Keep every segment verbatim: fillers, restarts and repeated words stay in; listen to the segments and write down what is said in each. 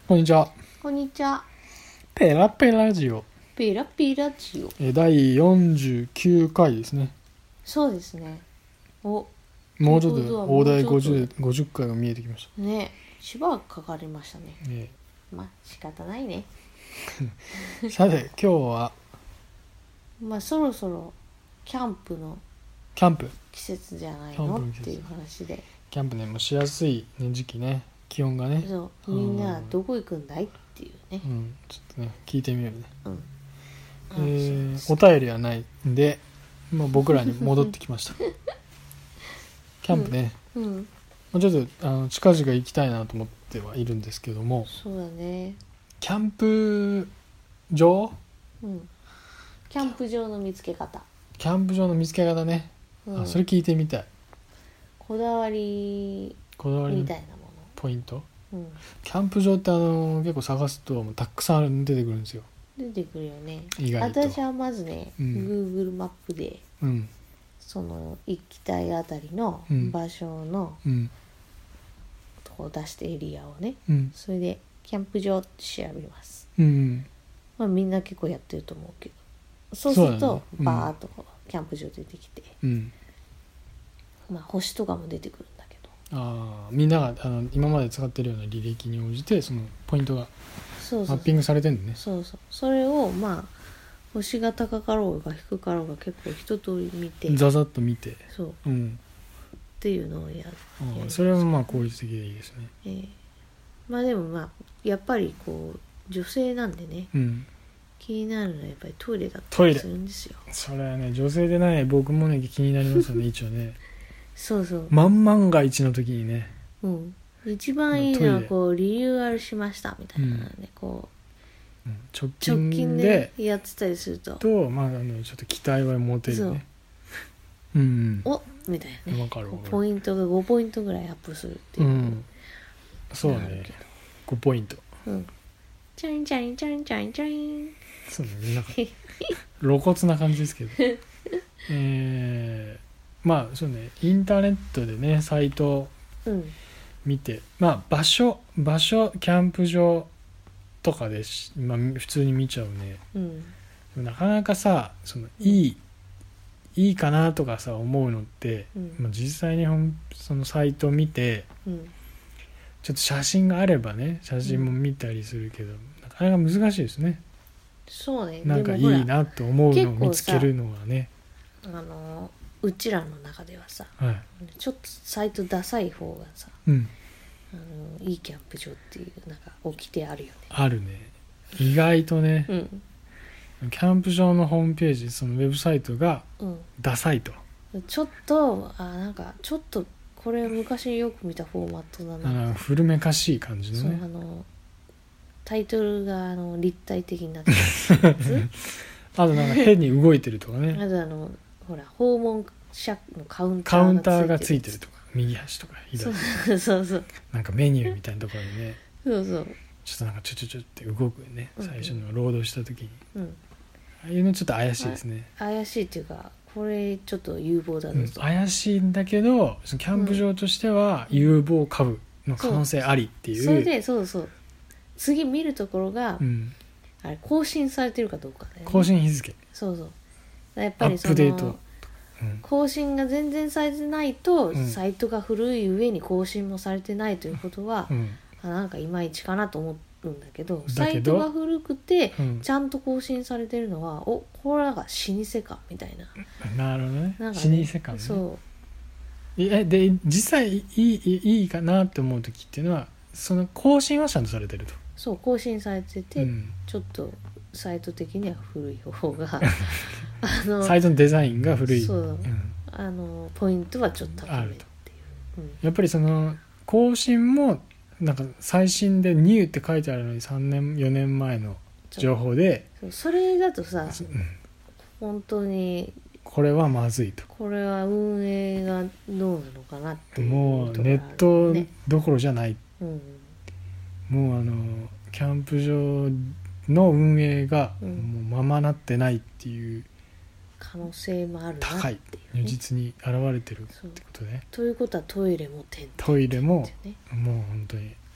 こんにちは。 こんにちは。 ペラペラジオペラペラジオ。 えだいよんじゅうきゅうかいですね。 そうですね。お、 もうちょっとでということは大台もうちょっ 50, 50回が見えてきましね、しばらくかかりましたね。 た、ね、 まあ仕方ないね。 さて今日はまあそろそろキャンプのキャンプ季節じゃないキャンプの季節のっていう話で、 キャンプねもうしやすい、ね、時期ね、気温がね、 そうみんなどこ行くんだいっていうね。 うん、ちょっとね聞いてみようね。 うん。 えー、お便りはないんで、まあ、僕らに戻ってきましたキャンプね、 うん。 まあ、ちょっとあの近々行きたいなと思ってはいるんですけども、 そうだね。 キャンプ場うん。キャンプ場の見つけ方。 キャンプ場の見つけ方ね、 うん、 あそれ聞いてみたい。 こだわりこだわりのみたいなもポイント、 の。うん。 キャンプ場ってあの結構探すともうたくさん出てくるんですよ、 出てくるよね。 意外と。 私はまずね、 うん Google マップでうんその行きたいあたりのうん場所のうんとこ出してエリアをね、 うんそれでキャンプ場って調べます。 うんまあみんな結構やってると思うけど、そうするとそうだねうんバーッとこうキャンプ場出てきて、 うんまあ星とかも出てくるんだけど、 ああみんながあの今まで使ってるような履歴に応じてそのポイントがそうそうマッピングされてるんだね。 そうそう、それをまあ星が高かろうが低かろうが結構一通り見て、 ざざっと見て、 そううんっていうのをやる。 ああそれはまあ効率的でいいですね。 えーまあでもまあやっぱりこう女性なんでね、 うん気になるのはやっぱりトイレだったトイレりするんですよ。 それはね女性でない僕もね気になりますよね一応ねそうそう、 万万が一の時にね、 うん、一番いいのはトイレこうリニューアルしましたみたいなのね、 うんこうん直う直近で近でやってたりするととまああのちょっと期待は持てるね。うんおみたいなね、 わかるわかる。 ポイントがごポイントぐらいアップするっていうう、 んそうねなるけどごポイント。 うん、チャリンチャリンチャリンチャリンチャリンそうねなんか露骨な感じですけどえー、まあそうねインターネットでねサイトをうん見てまあ場所場所キャンプ場とかでし、まあ、普通に見ちゃうね。 うんでもなかなかさそのいい、いいかなとかさ思うのって、 うんまあ、実際にほんそのサイトを見てうんちょっと写真があればね写真も見たりするけど、なかなか難しいですね。 そうね、 なんかいでもほらいなと思うのを見つけるのはね。 あのうちらの中ではさ、 はいちょっとサイトダサい方がさ、 うんあのいいキャンプ場っていうなんか起きてあるよね。 あるね意外とね、 うんキャンプ場のホームページそのウェブサイトがうんダサいと、 ちょっとあなんかちょっとこれ昔よく見たフォーマットだあな。 の古めかしい感じそうのねあのタイトルがあの立体的になってるやつあとなんか変に動いてるとかあねとあのほら訪問者のカウンタカウンターーがついてるるとか右端とかそ左うそうそうなんかメニューみたいなところにねそうそうちょっとなんかちょちょちょって動くねうんうん最初のロードした時にうんああいうのちょっと怪しいですね、 怪しいっていうかこれちょっと有望だうん、 ぞと、 怪しいんだけどそのキャンプ場としては有望株の可能性ありっていう、 それでそうそう次見るところが、 うん、 あれ更新されてるかどうかだよね。 更新日付そうそうやっぱりそアップデートのうん更新が全然されてないと、 うんサイトが古い上に更新もされてないということは、 うんあなんかいまいちかなと思うんだけどだけどサイトが古くてうんちゃんと更新されてるのはおこれなんか老舗かみたいななるほどねなんか、ね、 老舗感ねそえで実際いいいいいいかなって思う時っていうのはその更新はちゃんとされてると、 うそう更新されてて、 うん、 ちょっとサイト的には古い方があのサイトのデザインが古い、 そううん、 あのポイントはちょっと高めっていう、うんやっぱりその更新もなんか最新でニューって書いてあるのにさんねんよねんまえの情報で、 そうそれだとさうん本当にこれはまずいとこれは運営がどうなのかなっていうもうところがあるネットねどころじゃない、 うんもうあのキャンプ場の運営がうんもうままなってないっていう、 可能性もあるな高いっていうね、 如実に現れてるっそうてことで、 ということはトイレも点々 トイレもっていうねもう本当に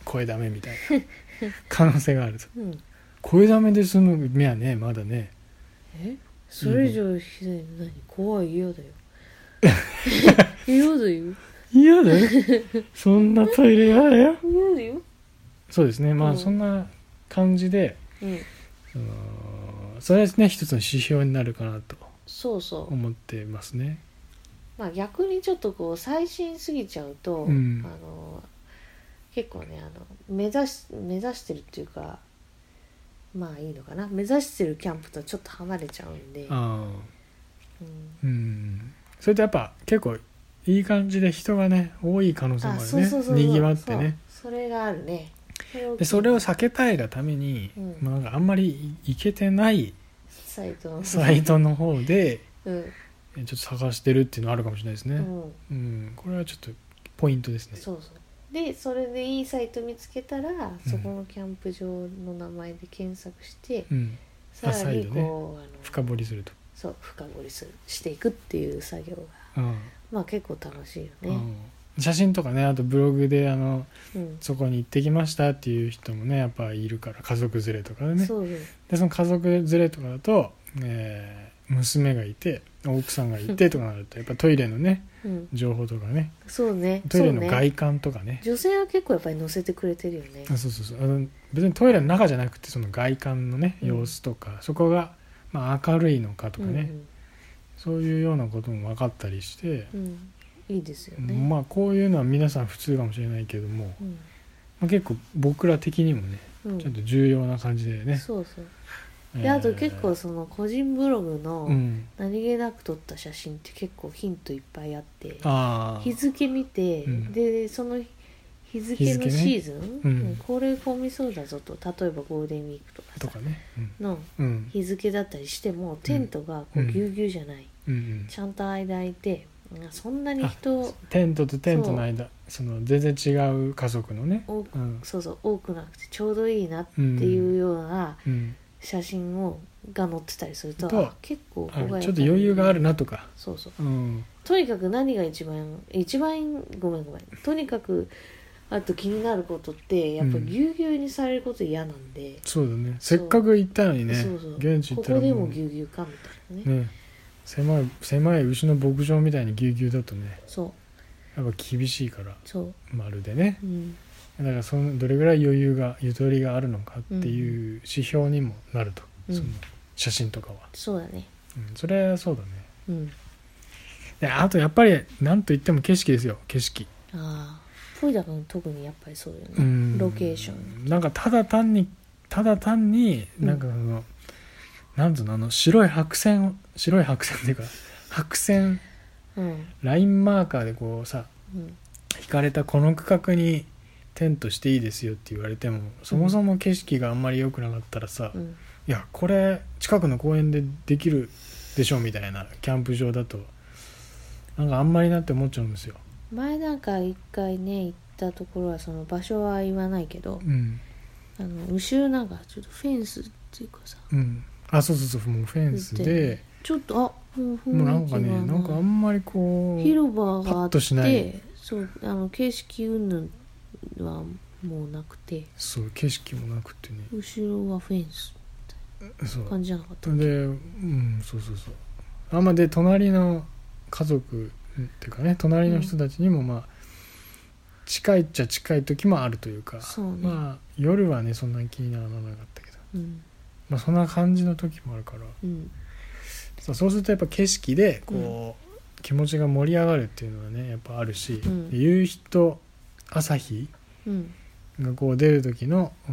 声だめみたいな可能性があると。 うん、 声だめで済む目はねまだね。 えそれ以上ひどいの何？怖い、嫌だよ嫌だよ嫌だよそんなトイレ嫌だよ。 嫌だよ。 そうですね、まあ、 うん、 そんな感じで、 うん、 そのそれはね一つの指標になるかなとそうそう思ってますね。 まあ逆にちょっとこう最新すぎちゃうと、 うん、 あの結構ねあの目指し目指してるっていうかまあいいのかな、目指してるキャンプとちょっと離れちゃうんで、 あうん、 うんそれとやっぱ結構いい感じで人がね多い可能性もあるね。 そうそうそうそうにぎわってね。 そうそれがあるね。それをでそれを避けたいがために、 うんまあ、なんかあんまりいけてないサイトサイトの方でうんちょっと探してるっていうのはあるかもしれないですね、 うんうん、これはちょっとポイントですね。 そうそうでそれでいいサイト見つけたら、そこのキャンプ場の名前で検索して、 うん、 さらに再度ねこう、あの深掘りすると。 そう深掘りするしていくっていう作業が、 うんまあ結構楽しいようね。 ん、写真とかねあとブログであのうんそこに行ってきましたっていう人もねやっぱいるから、家族連れとかでね。 そうそうでその家族連れとかだと、えー娘がいて奥さんがいてとかなるとやっぱトイレのねうん情報とかね、 そうねトイレのそうね外観とかね、 女性は結構やっぱり載せてくれてるよね。 あそうそうそうあの別にトイレの中じゃなくてその外観のねうん様子とか、そこが、まあ、明るいのかとかね、 うんそういうようなことも分かったりして、 うんうんいいですよね。 まあこういうのは皆さん普通かもしれないけども、 うんまあ、結構僕ら的にもねうんちょっと重要な感じでね、 そうそうえーであと結構その個人ブログのうん、 何気なく撮った写真って結構ヒントいっぱいあってあ日付見て、 うんでその日付の日付ねシーズン、 うんこれ混みそうだぞと、例えばゴールデンウィークとかさとかね、 のうんうん日付だったりしてもテントがこうぎゅうぎゅうじゃない、 うんうん、 ちゃんと間空いてそんなに人テントとテントの間その全然違う家族のね、 多く、 うんそうそう多くなくてちょうどいいなっていうようなうん、 写真をが載ってたりすると、 とあ結構こあこがちょっと余裕があるなとか、 そうそううんとにかく何が一番一番ごめんごめんとにかくあと気になることってやっぱぎゅうぎゅうにされること嫌なんで、 そうだね、せっかく行ったのにね、 そうそう現地行ったらここでもうもぎゅうぎゅうかみたいなねね狭い狭い牛の牧場みたいにぎゅうぎゅうだとねそうやっぱ厳しいからそうまるでね、 うんだからそのどれぐらい余裕がゆとりがあるのかっていう指標にもなると、 うんその写真とかは、 そうだねうん、それはそうだね。 うんであとやっぱり何と言っても景色ですよ、景色。 ああポイダ君特にやっぱりそうよね、 うんロケーションなんかただ単にただ単になんかその、うん、なんつうのあの白い白線白い白線っていうか白線うんラインマーカーでこうさうん引かれたこの区画にテントしていいですよって言われてもそもそも景色があんまり良くなかったらさ、 うん、 いやこれ近くの公園でできるでしょみたいなキャンプ場だとなんかあんまりなって思っちゃうんですよ。 前なんか一回ね行ったところはその場所は言わないけど、 うんあの後ろなんかちょっとフェンスっていうかさうんあそうそうそうもうフェンスでちょっとあもうもう雰なんか囲気がねなんかあんまりこう広場がパッあっとしないてそうあの景色云々はもうなくてそう景色もなくてね後ろはフェンスそう感じじゃなかったでうんそうそうそうあんまで隣の家族っていうかね隣の人たちにもまあ、うん、近いっちゃ近い時もあるというかそうねまあ夜はねそんなに気にならなかったけど、 うんまあそんな感じの時もあるから、 うん、 そうそうするとやっぱ景色でこう、うん、気持ちが盛り上がるっていうのはねやっぱあるし、うん、夕日と朝日がこう出る時の、うん、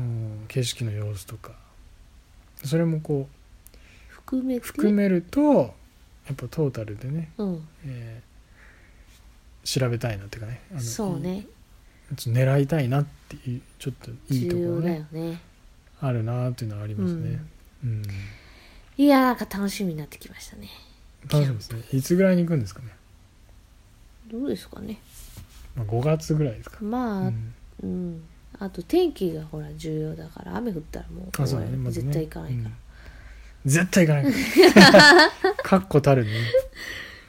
景色の様子とかそれもこう含めて含めるとやっぱトータルでね、 うんえー、調べたいなっていうかねあのそうね狙いたいなっていうちょっといいところね重要だよねあるなっていうのはありますね、うんうん、 いやなんか楽しみになってきましたね楽しみですねいつぐらいに行くんですかねどうですかね、 まあ、ごがつぐらいですかまあ、うん、 うん、 あと天気がほら重要だから雨降ったらもう、 あそうだねまずね、 絶対行かないから、 うん、絶対行かないから確固たるね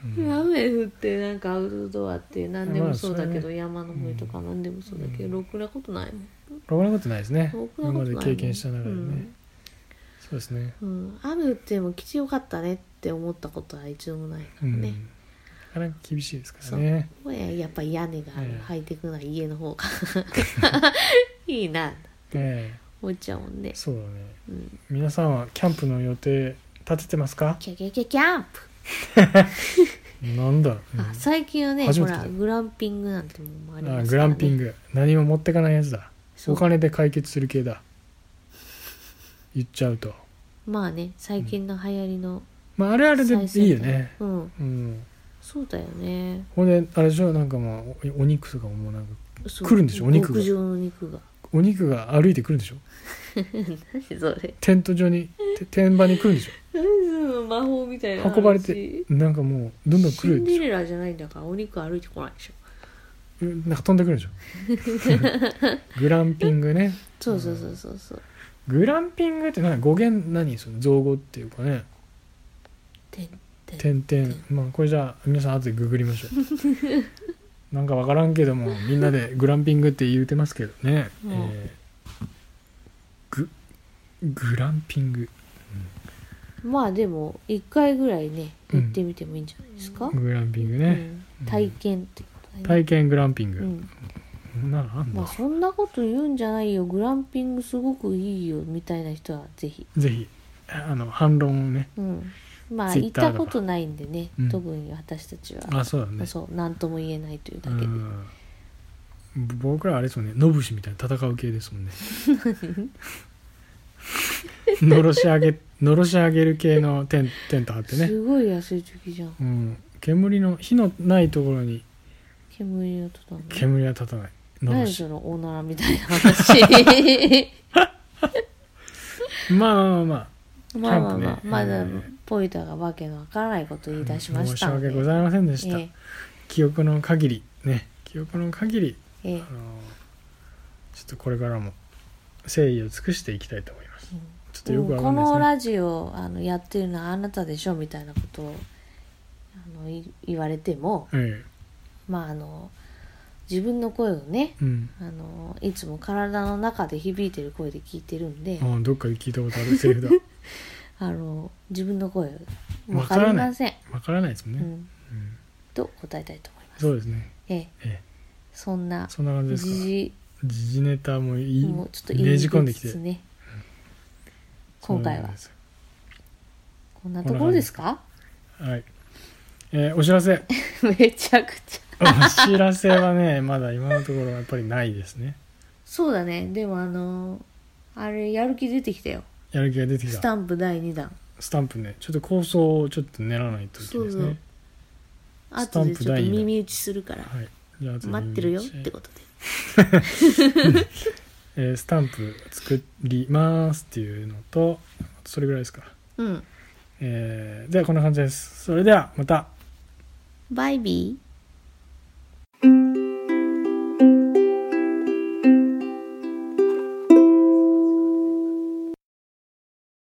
うん、 雨降ってなんかアウトドアって何でもそうだけど、 まあ、 山の上とか何でもそうだけど、うん、ろくなことないもん。 ろくなことないですね。今まで経験した中でね、うん、そうですね、 うん、雨降っても来てよかったねって思ったことは一度もないからね、うん、なかなか厳しいですからね。 そうやっぱり屋根がある、えー、ハイテクな家の方がいいな、えー思っちゃうもんね。 そうだね、うん、皆さんはキャンプの予定立ててますか？ キャキャキャキャンプなんだ、 うん、あ最近はねほらグランピングなんてもありますからね。 あグランピング何も持ってかないやつだ。お金で解決する系だ言っちゃうと。 まあね最近の流行りの、 うん、まああれあれでいいよね。 うん、うん、そうだよね。 ほんであれでしょなんかもうお肉とかもなんか来るんでしょ。お肉が極上の肉がお肉が歩いてくるんでしょ何それテント上に天場に来るんでしょ何その魔法みたいな話。 運ばれてなんかもうどんどん来るんでしょ。 シンデレラじゃないんだからお肉歩いてこないでしょ。 なんか飛んでくるんでしょグランピングね。 そうそうそうそうそう。 グランピングって何語源何その造語っていうかね。 てんてんてんまあこれじゃあ皆さん後でググりましょうなんか分からんけどもみんなでグランピングって言うてますけどね、うん、えー、グ, グランピング、 うん、まあでもいっかいぐらいね行ってみてもいいんじゃないですか、 うん、グランピングね、 うん、体験ってことだね。 体験グランピング、うん、 なあんまあそんなこと言うんじゃないよグランピングすごくいいよみたいな人はぜひぜひあの反論をね、 うん、まあ行ったことないんでね、うん、特に私たちはあそうだねそう何とも言えないというだけで、うん、 僕らあれですもんね野武みたいな戦う系ですもんねのろし上げのろし上げる系のテン、テント張ってねすごい野生的じゃん、 うん、煙の火のないところに煙は立たない煙は立たない何そのおならみたいな話まあまあまあまあまあまあまあ、まだポイタがわけのわからないことを言い出しましたので、 申し訳ございませんでした、えー、記憶の限りね記憶の限り、えー、あのちょっとこれからも誠意を尽くしていきたいと思います、うん、ちょっとよくわかんないですね、 このラジオあのやってるのはあなたでしょみたいなことをあの言われても、えー、まああの自分の声をね、うん、あのいつも体の中で響いてる声で聞いてるんで、 あどっかで聞いたことあるセリフだあの自分の声分かりません分からないですもんね、うんうん、と答えたいと思います。 そうですね、 ええええ、そんなそんな感じですか。時事時事ネタもいいもうちょっとねじ込んできて、ねうん、今回はこんなところですか。 はい、えー、お知らせめちゃくちゃお知らせはねまだ今のところやっぱりないですね。 そうだね。でもあのあれやる気出てきたよ。 やる気が出てきた。 スタンプだいにだんスタンプねちょっと構想をちょっと練らないといけないですね。 あとでちょっと耳打ちするから、はい、じゃあ待ってるよってことでえー、スタンプ作りますっていうのとそれぐらいですか。 うん、 えー、ではこんな感じです。それではまたバイビー。